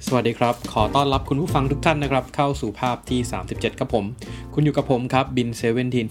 สวัสดีครับขอต้อนรับคุณผู้ฟังทุกท่านนะครับเข้าสู่ภาพที่37ครับผมคุณอยู่กับผมครับบิน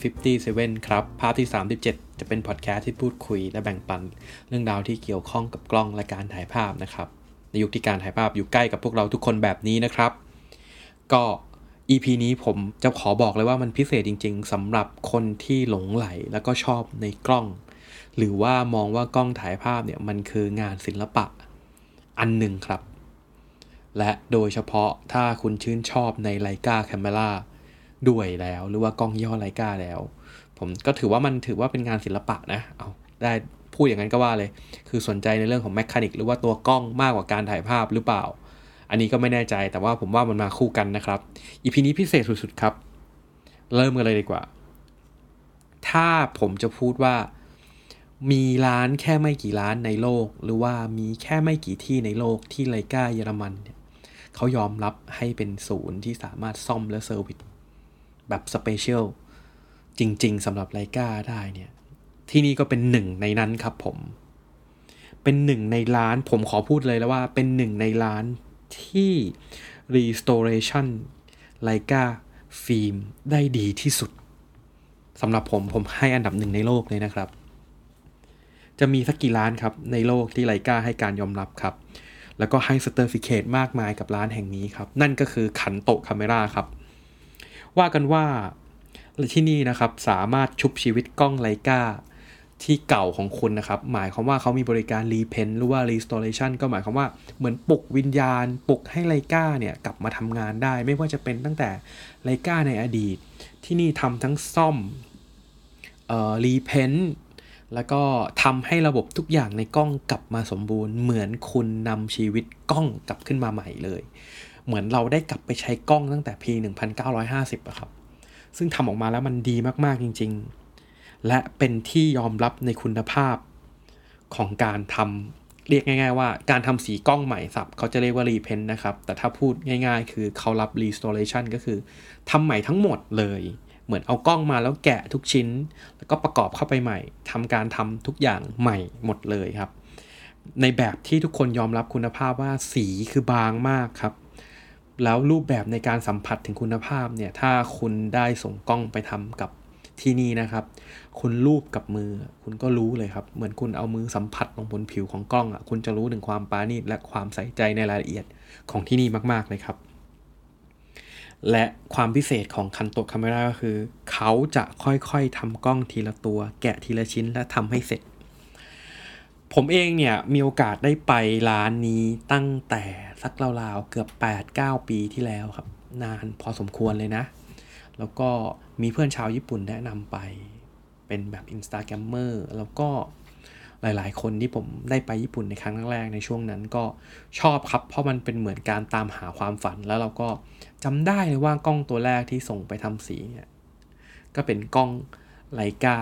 1757ครับภาพที่37จะเป็นพอดแคสต์ที่พูดคุยและแบ่งปันเรื่องราวที่เกี่ยวข้องกับกล้องและการถ่ายภาพนะครับในยุคที่การถ่ายภาพอยู่ใกล้กับพวกเราทุกคนแบบนี้นะครับก็ EP นี้ผมจะขอบอกเลยว่ามันพิเศษจริงๆสำหรับคนที่หลงใหลแล้วก็ชอบในกล้องหรือว่ามองว่ากล้องถ่ายภาพเนี่ยมันคืองานศิลปะอันหนึ่งครับและโดยเฉพาะถ้าคุณชื่นชอบใน Leica Camera ด้วยแล้วหรือว่ากล้องยี่ห้อ Leica แล้วผมก็ถือว่าเป็นงานศิลปะนะเอาได้พูดอย่างนั้นก็ว่าเลยคือสนใจในเรื่องของแมคานิกหรือว่าตัวกล้องมากกว่าการถ่ายภาพหรือเปล่าอันนี้ก็ไม่แน่ใจแต่ว่าผมว่ามันมาคู่กันนะครับ EP นี้พิเศษสุดๆครับเริ่มกันเลยดีกว่าถ้าผมจะพูดว่ามีร้านแค่ไม่กี่ร้านในโลกหรือว่ามีแค่ไม่กี่ที่ในโลกที่ไลกาเยอรมันเนี่ยเขายอมรับให้เป็นศูนย์ที่สามารถซ่อมและเซอร์วิสแบบสเปเชียลจริงๆสำหรับไลกาได้เนี่ยที่นี่ก็เป็นหนึ่งในนั้นครับผมเป็นหนึ่งในร้านผมขอพูดเลยแล้วว่าเป็นหนึ่งในร้านที่ restoration ไลกาฟิล์มได้ดีที่สุดสำหรับผมให้อันดับหนึ่งในโลกเลยนะครับจะมีสักกี่ร้านครับในโลกที่ไลกาให้การยอมรับครับแล้วก็ให้เซอร์ติฟิเคตมากมายกับร้านแห่งนี้ครับนั่นก็คือคันโตะคาเมราครับว่ากันว่าที่นี่นะครับสามารถชุบชีวิตกล้องไลกาที่เก่าของคุณนะครับหมายความว่าเขามีบริการรีเพนท์หรือว่ารีสโตเรชันก็หมายความว่าเหมือนปลุกวิญญาณปลุกให้ไลกาเนี่ยกลับมาทำงานได้ไม่ว่าจะเป็นตั้งแต่ไลกาในอดีตที่นี่ทำทั้งซ่อมรีเพนท์แล้วก็ทำให้ระบบทุกอย่างในกล้องกลับมาสมบูรณ์เหมือนคุณนำชีวิตกล้องกลับขึ้นมาใหม่เลยเหมือนเราได้กลับไปใช้กล้องตั้งแต่ปี 1950 อะครับซึ่งทำออกมาแล้วมันดีมากๆจริงๆและเป็นที่ยอมรับในคุณภาพของการทำเรียกง่ายๆว่าการทำสีกล้องใหม่สับเขาจะเรียกว่ารีเพนท์นะครับแต่ถ้าพูดง่ายๆคือเขารับ restoration ก็คือทำใหม่ทั้งหมดเลยเหมือนเอากล้องมาแล้วแกะทุกชิ้นแล้วก็ประกอบเข้าไปใหม่ทำการทำทุกอย่างใหม่หมดเลยครับในแบบที่ทุกคนยอมรับคุณภาพว่าสีคือบางมากครับแล้วรูปแบบในการสัมผัสถึงคุณภาพเนี่ยถ้าคุณได้ส่งกล้องไปทำกับที่นี่นะครับคุณรูปกับมือคุณก็รู้เลยครับเหมือนคุณเอามือสัมผัสลงบนผิวของกล้องอ่ะคุณจะรู้ถึงความปราณีตและความใส่ใจในรายละเอียดของที่นี่มากๆเลยครับและความพิเศษของคันโตะคาเมราก็คือเขาจะค่อยๆทำกล้องทีละตัวแกะทีละชิ้นและทำให้เสร็จผมเองเนี่ยมีโอกาสได้ไปร้านนี้ตั้งแต่สักราวๆเกือบ 8-9 ปีที่แล้วครับนานพอสมควรเลยนะแล้วก็มีเพื่อนชาวญี่ปุ่นแนะนำไปเป็นแบบ Instagrammer แล้วก็หลายๆคนที่ผมได้ไปญี่ปุ่นในครั้งแรกในช่วงนั้นก็ชอบครับเพราะมันเป็นเหมือนการตามหาความฝันแล้วเราก็จำได้เลยว่ากล้องตัวแรกที่ส่งไปทำสีเนี่ยก็เป็นกล้อง Leica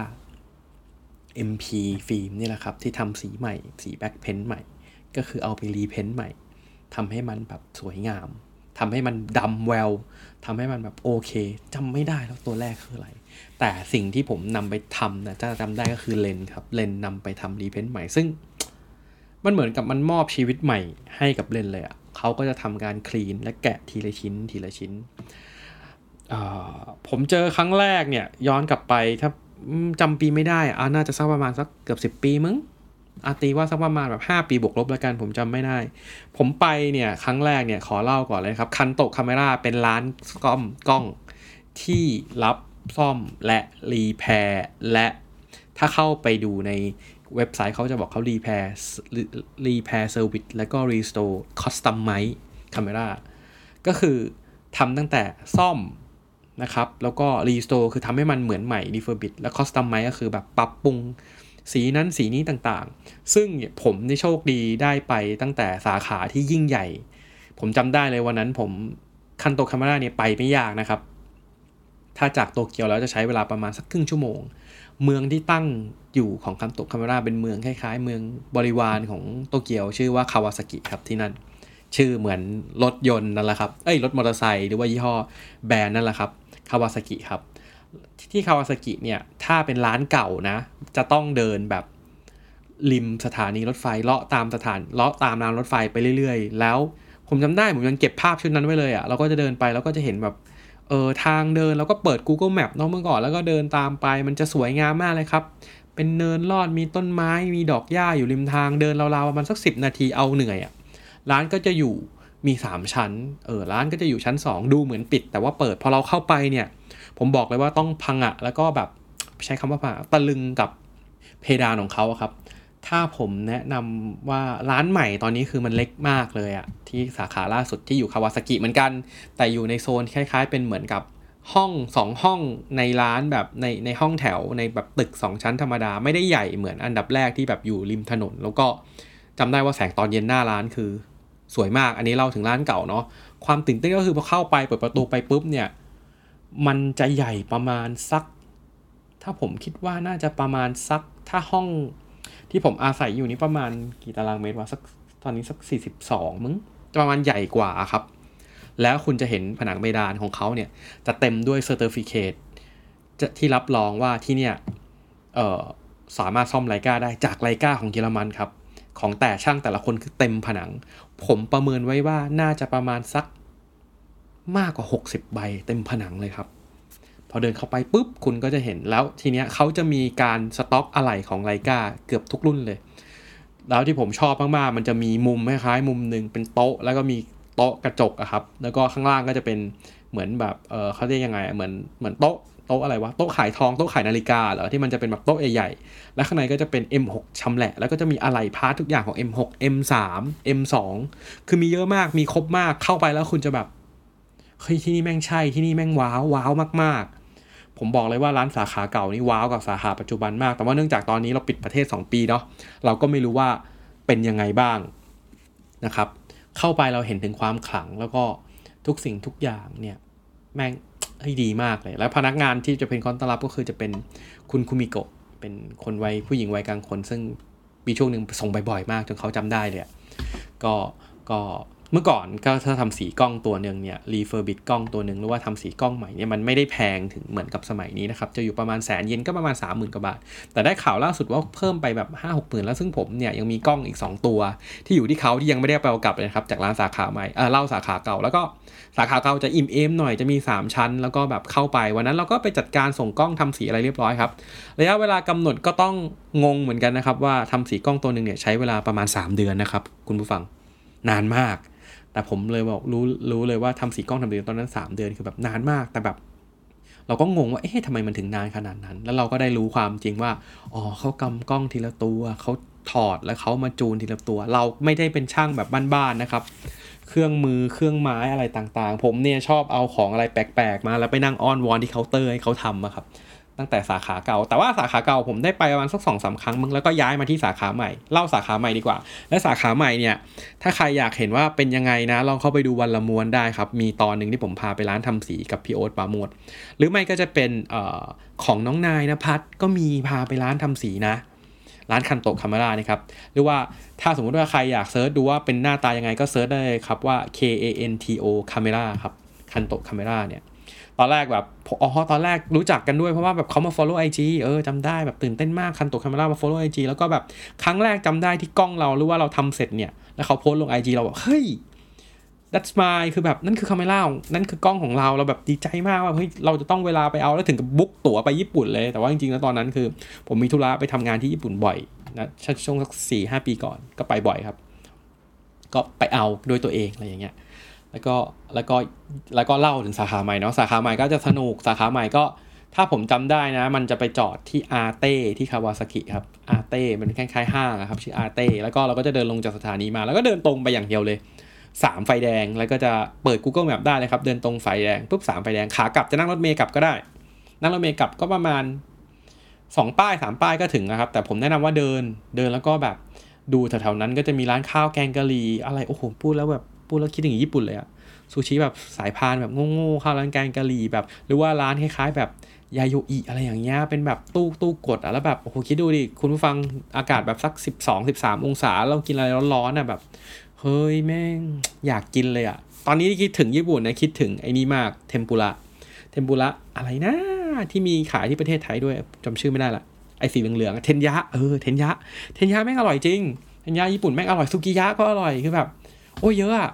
MP ฟิล์มนี่แหละครับที่ทำสีใหม่สีแบ็คเพนท์ใหม่ก็คือเอาไปรีเพนท์ใหม่ทำให้มันแบบสวยงามทำให้มันดำแววทำให้มันแบบโอเคจำไม่ได้แล้วตัวแรกคืออะไรแต่สิ่งที่ผมนำไปทำนะจะจำได้ก็คือเลนส์ครับเลนส์นำไปทำรีเพนท์ใหม่ซึ่งมันเหมือนกับมันมอบชีวิตใหม่ให้กับเลนส์เลยอ่ะเขาก็จะทำการคลีนและแกะทีละชิ้นทีละชิ้นผมเจอครั้งแรกเนี่ยย้อนกลับไปถ้าจำปีไม่ได้น่าจะสักประมาณสักเกือบ10 ปีมั้งตีว่าสักประมาณแบบ5 ปีบวกลบแล้วกันผมจำไม่ได้ผมไปเนี่ยครั้งแรกเนี่ยขอเล่าก่อนเลยครับคันโตะคาเมราเป็นร้านซ่อมกล้องที่รับซ่อมและรีแพร์และถ้าเข้าไปดูในเว็บไซต์เขาจะบอกเขารีแพร์เซอร์วิสแล้วก็รีสโตร์คอสตัมไมซ์คาเมราก็คือทำตั้งแต่ซ่อมนะครับแล้วก็รีสโตร์คือทำให้มันเหมือนใหม่รีเฟอร์บิทและคอสตัมไมซ์ก็คือแบบปรับปรุงสีนั้นสีนี้ต่างๆซึ่งผมได้โชคดีได้ไปตั้งแต่สาขาที่ยิ่งใหญ่ผมจำได้เลยวันนั้นผมคันโตะคาเมราเนี่ยไปไม่ยากนะครับถ้าจากโตเกียวแล้วจะใช้เวลาประมาณสักครึ่งชั่วโมงเมืองที่ตั้งอยู่ของคันโตะคาเมราเป็นเมืองคล้ายๆเมืองบริวารของโตเกียวชื่อว่าคาวาซากิครับที่นั่นชื่อเหมือนรถยนต์นั่นแหละครับรถมอเตอร์ไซค์หรือว่ายี่ห้อแบรนด์นั่นแหละครับคาวาซากิครับที่คาวาซากิเนี่ยถ้าเป็นร้านเก่านะจะต้องเดินแบบริมสถานีรถไฟเลาะตามรางรถไฟไปเรื่อยๆแล้วผมจำได้ผมยังเก็บภาพชุดนั้นไว้เลยเราก็จะเดินไปแล้วก็จะเห็นแบบทางเดินแล้วก็เปิด Google Map เนาะเมื่อก่อนแล้วก็เดินตามไปมันจะสวยงามมากเลยครับเป็นเนินลอดมีต้นไม้มีดอกหญ้าอยู่ริมทางเดินราวๆประมาณสัก10 นาทีเอาเหนื่อยร้านก็จะอยู่มี3ชั้นร้านก็จะอยู่ชั้น2ดูเหมือนปิดแต่ว่าเปิดพอเราเข้าไปเนี่ยผมบอกเลยว่าต้องพังแล้วก็แบบใช้คำว่าตะลึงกับเพดานของเขาครับถ้าผมแนะนำว่าร้านใหม่ตอนนี้คือมันเล็กมากเลยที่สาขาล่าสุดที่อยู่คาวาซากิเหมือนกันแต่อยู่ในโซนคล้ายๆเป็นเหมือนกับห้อง2ห้องในร้านแบบในห้องแถวในแบบตึก2ชั้นธรรมดาไม่ได้ใหญ่เหมือนอันดับแรกที่แบบอยู่ริมถนนแล้วก็จำได้ว่าแสงตอนเย็นหน้าร้านคือสวยมากอันนี้เล่าถึงร้านเก่าเนาะความตื่นเต้นก็คือพอเข้าไปเปิดประตูไปปุ๊บเนี่ยมันจะใหญ่ประมาณสักถ้าผมคิดว่าน่าจะประมาณสักถ้าห้องที่ผมอาศัยอยู่นี่ประมาณกี่ตารางเมตรวะสักตอนนี้สัก42มึงประมาณใหญ่กว่าครับแล้วคุณจะเห็นผนังเพดานของเขาเนี่ยจะเต็มด้วยเซอร์ติฟิเคตที่รับรองว่าที่เนี่ยสามารถซ่อมไลกาได้จากไลกาของเยอรมันครับของแต่ช่างแต่ละคนคือเต็มผนังผมประเมินไว้ว่าน่าจะประมาณสักมากกว่า60ใบเต็มผนังเลยครับพอเดินเข้าไปปุ๊บคุณก็จะเห็นแล้วทีเนี้ยเขาจะมีการสต็อกอะไหล่ของไลกาเกือบทุกรุ่นเลยแล้วที่ผมชอบมากๆมันจะมีมุมคล้ายๆมุมนึงเป็นโต๊ะแล้วก็มีโต๊ะกระจกครับแล้วก็ข้างล่างก็จะเป็นเหมือนแบบเขาเรียกยังไงเหมือนโต๊ะอะไรวะโต๊ะขายทองโต๊ะขายนาฬิกาเหรอที่มันจะเป็นแบบโต๊ะใหญ่ๆและข้างในก็จะเป็น M6 ชำแหละแล้วก็จะมีอะไหล่พาร์ททุกอย่างของ M6 M3 M2 คือมีเยอะมากมีครบมากเข้าไปแล้วคุณจะแบบเฮ้ยที่นี่แม่งใช่ที่นี่แม่งว้าวมากๆผมบอกเลยว่าร้านสาขาเก่านี่ว้าวกับสาขาปัจจุบันมากแต่ว่าเนื่องจากตอนนี้เราปิดประเทศ2ปีเนาะเราก็ไม่รู้ว่าเป็นยังไงบ้างนะครับเข้าไปเราเห็นถึงความขลังแล้วก็ทุกสิ่งทุกอย่างเนี่ยแม่งดีมากเลยแล้วพนักงานที่จะเป็นคนต้อนรับก็คือจะเป็นคุณคุมิโกะเป็นคนวัยผู้หญิงวัยกลางคนซึ่งมีช่วงหนึ่งส่งบ่อยๆมากจนเขาจำได้เลยก็เมื่อก่อนก็ถ้าทำสีกล้องตัวนึงเนี่ยรีเฟอร์บิทกล้องตัวนึงหรือว่าทำสีกล้องใหม่เนี่ยมันไม่ได้แพงถึงเหมือนกับสมัยนี้นะครับจะอยู่ประมาณ100,000 เยนก็ประมาณ 30,000 กว่าบาทแต่ได้ข่าวล่าสุดว่าเพิ่มไปแบบ 5-6 หมื่นแล้วซึ่งผมเนี่ยยังมีกล้องอีก2ตัวที่อยู่ที่เขาที่ยังไม่ได้ไปเอากลับเลยครับจากร้านสาขาใหม่เล่าสาขาเก่าแล้วก็สาขาเก่าจะอิ่มเอมหน่อยจะมี3ชั้นแล้วก็แบบเข้าไปวันนั้นเราก็ไปจัดการส่งกล้องทำสีอะไรเรียบร้อยครับระยะเวลากำหนดก็ต้องงงเหมือนกันนะครับว่าทำสีกล้องตัวนึงเนี่ยใช้เวลาประมาณ3 เดือนนะครับคุณผู้ฟังนานมากแต่ผมเลยบอกรู้เลยว่าทำสีกล้องทำเดือนตอนนั้น3 เดือนคือแบบนานมากแต่แบบเราก็งงว่าทำไมมันถึงนานขนาดนั้นแล้วเราก็ได้รู้ความจริงว่าเขากำกล้องทีละตัวเขาถอดแล้วเขามาจูนทีละตัวเราไม่ได้เป็นช่างแบบบ้านๆนะครับเครื่องมือเครื่องไม้อะไรต่างๆผมเนี่ยชอบเอาของอะไรแปลกๆมาแล้วไปนั่งอ้อนวอนที่เคาน์เตอร์ให้เขาทำครับตั้งแต่สาขาเก่าแต่ว่าสาขาเก่าผมได้ไปประมาณสัก 2-3 ครั้งมึงแล้วก็ย้ายมาที่สาขาใหม่เล่าสาขาใหม่ดีกว่าและสาขาใหม่เนี่ยถ้าใครอยากเห็นว่าเป็นยังไงนะลองเข้าไปดูวันละม้วนได้ครับมีตอนนึงที่ผมพาไปร้านทำสีกับพี่โอ๊ตปราโมทหรือไม่ก็จะเป็นของน้องนายณภัทรก็มีพาไปร้านทำสีนะร้านคันโตะคาเมร่านะครับหรือว่าถ้าสมมุติว่าใครอยากเซิร์ชดูว่าเป็นหน้าตายังไงก็เซิร์ชได้เลยครับว่า KANTO คาเมร่าครับคันโตะคาเมร่าเนี่ยตอนแรกแบบตอนแรกรู้จักกันด้วยเพราะว่าแบบเขามา follow IG จำได้แบบตื่นเต้นมากคันโตะคาเมร่ามา follow IG แล้วก็แบบครั้งแรกจำได้ที่กล้องเราหรือว่าเราทำเสร็จเนี่ยแล้วเขาโพสต์ลง IG เราแบบเฮ้ย that's mine คือแบบนั่นคือคาเมร่านั่นคือกล้องของเราแบบดีใจมากว่าเฮ้ยเราจะต้องเวลาไปเอาแล้วถึงกับบุ๊กตั๋วไปญี่ปุ่นเลยแต่ว่าจริงๆแล้วตอนนั้นคือผมมีธุระไปทำงานที่ญี่ปุ่นบ่อยนะช่วงสัก 4-5 ปีก่อนก็ไปบ่อยครับก็ไปเอาด้วยตัวเองอะไรอย่างเงี้ยแล้วก็เล่าถึงสาขาใหม่เนาะสาขาใหม่ก็จะสนุกสาขาใหม่ก็ถ้าผมจำได้นะมันจะไปจอดที่อาเต้ที่คาวาซากิครับอาเต้มันคล้ายๆห้างครับชื่ออาเต้แล้วก็เราก็จะเดินลงจากสถานีมาแล้วก็เดินตรงไปอย่างเดียวเลย3 ไฟแดงแล้วก็จะเปิด Google Map ได้เลยครับเดินตรงไฟแดงปุ๊บ3 ไฟแดงขากลับจะนั่งรถเมล์กลับก็ได้นั่งรถเมล์กลับก็ประมาณ2 ป้าย 3 ป้ายก็ถึงนะครับแต่ผมแนะนำว่าเดินแล้วก็แบบดูแถวๆนั้นก็จะมีร้านข้าวแกงกะหรี่อะไรโอ้โหพูดแล้วคิดถึงญี่ปุ่นเลยอะซูชิแบบสายพานแบบโง่ๆข้าวร้านแกงกะหรี่แบบหรือว่าร้านคล้ายๆแบบยาโยอิอะไรอย่างเงี้ยเป็นแบบตู้กดแล้วแบบโอ้โหคิดดูดิคุณผู้ฟังอากาศแบบสัก12-13 องศาเรากินอะไรร้อนๆแบบเฮ้ยแม่งอยากกินเลยอะตอนนี้คิดถึงญี่ปุ่นนะคิดถึงไอ้นี่มากเทมปุระอะไรนะที่มีขายที่ประเทศไทยด้วยจำชื่อไม่ได้ละไอ้สีเหลืองๆเทนยะเทนยะแม่งอร่อยจริงเทนยะญี่ปุ่นแม่งอร่อยซุกิยะก็อร่อยคือแบบโอ้เยอะอะ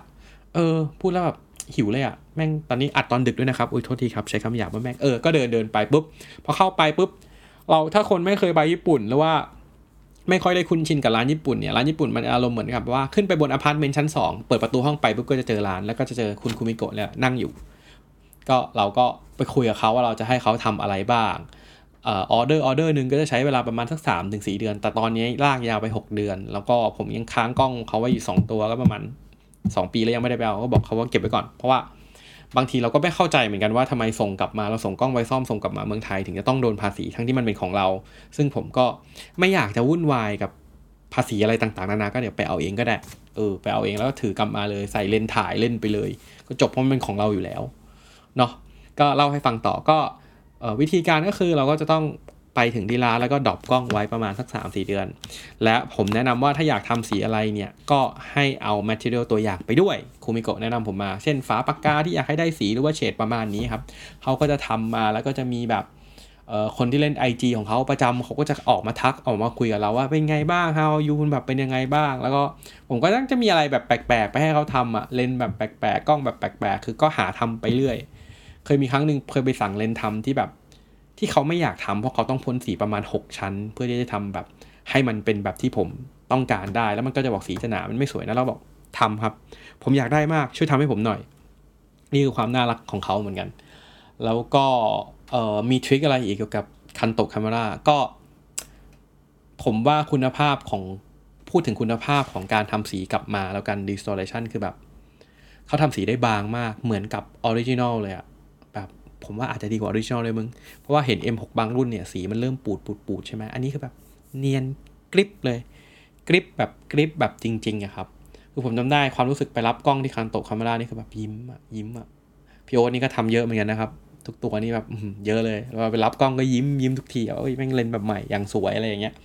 พูดแล้วแบบหิวเลยอ่ะแม่งตอนนี้อัดตอนดึกด้วยนะครับโทษทีครับใช้คำหยาบว่าแม่งก็เดินไปปุ๊บพอเข้าไปปุ๊บเราถ้าคนไม่เคยไปญี่ปุ่นหรือว่าไม่ค่อยได้คุ้นชินกับร้านญี่ปุ่นเนี่ยร้านญี่ปุ่นมันอารมณ์เหมือนกับว่าขึ้นไปบนอพาร์ตเมนต์ชั้น2เปิดประตูห้องไปปุ๊บก็จะเจอร้านแล้วก็จะเจอคุณคุมิโกะเนี่ยนั่งอยู่ก็เราก็ไปคุยกับเขาว่าเราจะให้เขาทำอะไรบ้างออเดอร์นึงก็จะใช้เวลาประมาณสัก 3-4 เดือนแต่ตอนนี้ลากยาวไป6เดือนแล้วก็ผมยังค้างกล้องเขาไว้อยู่2ตัวก็ประมาณ2 ปีแล้วยังไม่ได้ไปเอาก็บอกเขาว่าเก็บไว้ก่อนเพราะว่าบางทีเราก็ไม่เข้าใจเหมือนกันว่าทำไมส่งกลับมาเราส่งกล้องไว้ซ่อมส่งกลับมาเมืองไทยถึงจะต้องโดนภาษีทั้งที่มันเป็นของเราซึ่งผมก็ไม่อยากจะวุ่นวายกับภาษีอะไรต่างๆนานาก็เดี๋ยวไปเอาเองก็ได้ไปเอาเองแล้วก็ถือกลับมาเลยใส่เลนส์ถ่ายเล่นไปเลยก็จบเพราะมันเป็นของเราอยู่แล้วเนาะก็เล่าให้ฟังต่อก็วิธีการก็คือเราก็จะต้องไปถึงที่ร้านแล้วก็ดรอปกล้องไว้ประมาณสัก 3-4 เดือนและผมแนะนำว่าถ้าอยากทำสีอะไรเนี่ยก็ให้เอา material ตัวอย่างไปด้วยคุมิโกะแนะนำผมมาเช่นฝาปากกาที่อยากให้ได้สีหรือว่าเฉดประมาณนี้ครับเขาก็จะทำมาแล้วก็จะมีแบบคนที่เล่น IG ของเขาประจำเขาก็จะออกมาทักออกมาคุยกับเราว่าเป็นไงบ้าง how you แบบเป็นยังไงบ้างแล้วก็ผมก็จะมีอะไรแบบแปลกๆไปให้เขาทำอะเลนส์แบบแปลกๆกล้องแบบแปลกๆคือก็หาทำไปเรื่อยเคยมีครั้งนึงเคยไปสั่งเลนส์ทำที่แบบที่เขาไม่อยากทำเพราะเขาต้องพ่นสีประมาณ6ชั้นเพื่อที่จะทำแบบให้มันเป็นแบบที่ผมต้องการได้แล้วมันก็จะบอกสีจะหนามันไม่สวยนะเราบอกทำครับผมอยากได้มากช่วยทำให้ผมหน่อยนี่คือความน่ารักของเขาเหมือนกันแล้วก็มีทริคอะไรอีกเกี่ยวกับคันโตะคาเมร่าก็ผมว่าคุณภาพของพูดถึงคุณภาพของการทำสีกลับมาแล้วกัน distortion คือแบบเขาทำสีได้บางมากเหมือนกับออริจินอลเลยอะแบบผมว่าอาจจะดีกว่าออริจินอลเลยมึงเพราะว่าเห็น M6 บางรุ่นเนี่ยสีมันเริ่มปูดใช่ไหมอันนี้คือแบบเนียนกริบเลยกริบแบบจริงๆอะครับคือผมจำได้ความรู้สึกไปรับกล้องที่คันโตะคาเมร่านี่คือแบบยิ้มอะพี่โอ๊ตนี่ก็ทำเยอะเหมือนกันนะครับทุกตัวนี่แบบเยอะเลยเราไปรับกล้องก็ยิ้มทุกทีแม่งเลนแบบใหม่อย่างสวยอะไรอย่างเงี้ย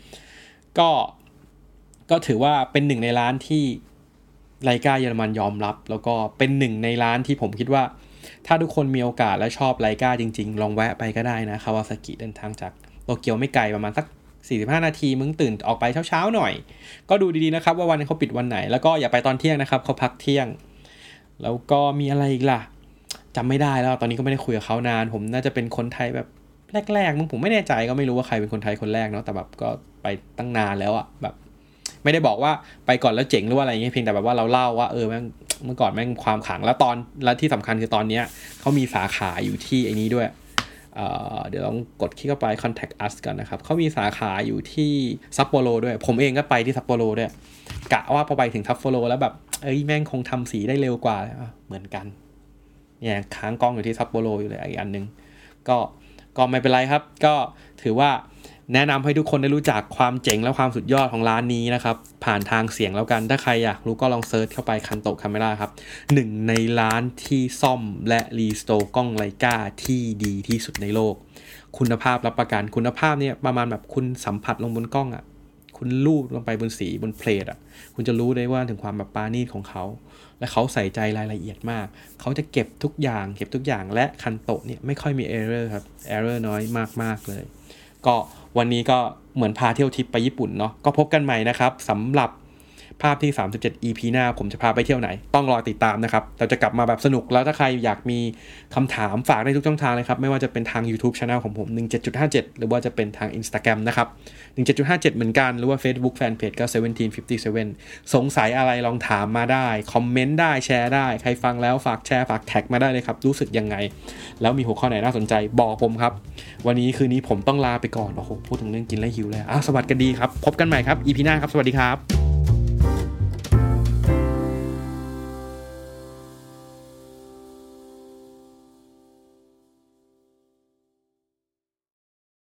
ก็ถือว่าเป็นหนึ่งในร้านที่ไลกาเยอรมันยอมรับแล้วก็เป็นหนึ่งในร้านที่ผมคิดว่าถ้าทุกคนมีโอกาสและชอบไลกาจริงๆลองแวะไปก็ได้นะคาวาซากิเดินทางจากโตเกียวไม่ไกลประมาณสัก45 นาทีมึงตื่นออกไปเช้าๆหน่อยก็ดูดีๆนะครับว่าวันเขาปิดวันไหนแล้วก็อย่าไปตอนเที่ยงนะครับเขาพักเที่ยงแล้วก็มีอะไรอีกล่ะจำไม่ได้แล้วตอนนี้ก็ไม่ได้คุยกับเขานานผมน่าจะเป็นคนไทยแบบแรกๆผมไม่แน่ใจก็ไม่รู้ว่าใครเป็นคนไทยคนแรกเนาะแต่แบบก็ไปตั้งนานแล้วอะแบบไม่ได้บอกว่าไปก่อนแล้วเจ๋งหรือว่าอะไรอย่างเงี้ยเพียงแต่แบบว่าเราเล่าว่าแม่งเมื่อก่อนแม่งความขลังแล้วที่สำคัญคือตอนเนี้ยเขามีสาขาอยู่ที่ไอ้นี้ด้วยเดี๋ยวลองกดคลิกเข้าไป contact us กันนะครับเขามีสาขาอยู่ที่ซัปโปโรด้วยผมเองก็ไปที่ซัปโปโรด้วยกะว่าพอไปถึงซัปโปโรแล้วแบบแม่งคงทำสีได้เร็วกว่าเหมือนกันเนี่ยค้างกล้องอยู่ที่ซัปโปโรอยู่เลยอีกอันนึงก็ไม่เป็นไรครับก็ถือว่าแนะนำให้ทุกคนได้รู้จักความเจ๋งและความสุดยอดของร้านนี้นะครับผ่านทางเสียงแล้วกันถ้าใครอยากรู้ก็ลองเซิร์ชเข้าไปคันโตะคาเมร่าครับหนึ่งในร้านที่ซ่อมและรีสโตร์กล้องไลกาที่ดีที่สุดในโลกคุณภาพรับประกันคุณภาพเนี่ยประมาณแบบคุณสัมผัสลงบนกล้องอ่ะคุณลูบลงไปบนสีบนเพลทอ่ะคุณจะรู้ได้ว่าถึงความแบบปราณีตของเขาและเขาใส่ใจรายละเอียดมากเขาจะเก็บทุกอย่างและคันโตะเนี่ยไม่ค่อยมี error ครับ error น้อยมากๆเลยก็วันนี้ก็เหมือนพาเที่ยวทริปไปญี่ปุ่นเนาะก็พบกันใหม่นะครับสำหรับภาพที่37 EP หน้าผมจะพาไปเที่ยวไหนต้องรอติดตามนะครับเราจะกลับมาแบบสนุกแล้วถ้าใครอยากมีคำถามฝากได้ทุกช่องทางเลยครับไม่ว่าจะเป็นทาง YouTube Channel ของผม 17.57 หรือว่าจะเป็นทาง Instagram นะครับ 17.57 เหมือนกันหรือว่า Facebook Fanpage ก็ 1757 สงสัยอะไรลองถามมาได้คอมเมนต์ได้แชร์ได้ใครฟังแล้วฝากแชร์ฝากแท็กมาได้เลยครับรู้สึกยังไงแล้วมีหัวข้อไหนน่าสนใจบอกผมครับวันนี้คืนนี้ผมต้องลาไปก่อนโอ้โหพูดถึงเรื่องกินแล้วหิวเลยสวัสดีครับพบกันใหม่ครับ EP หน้าครับสวัสดีครับ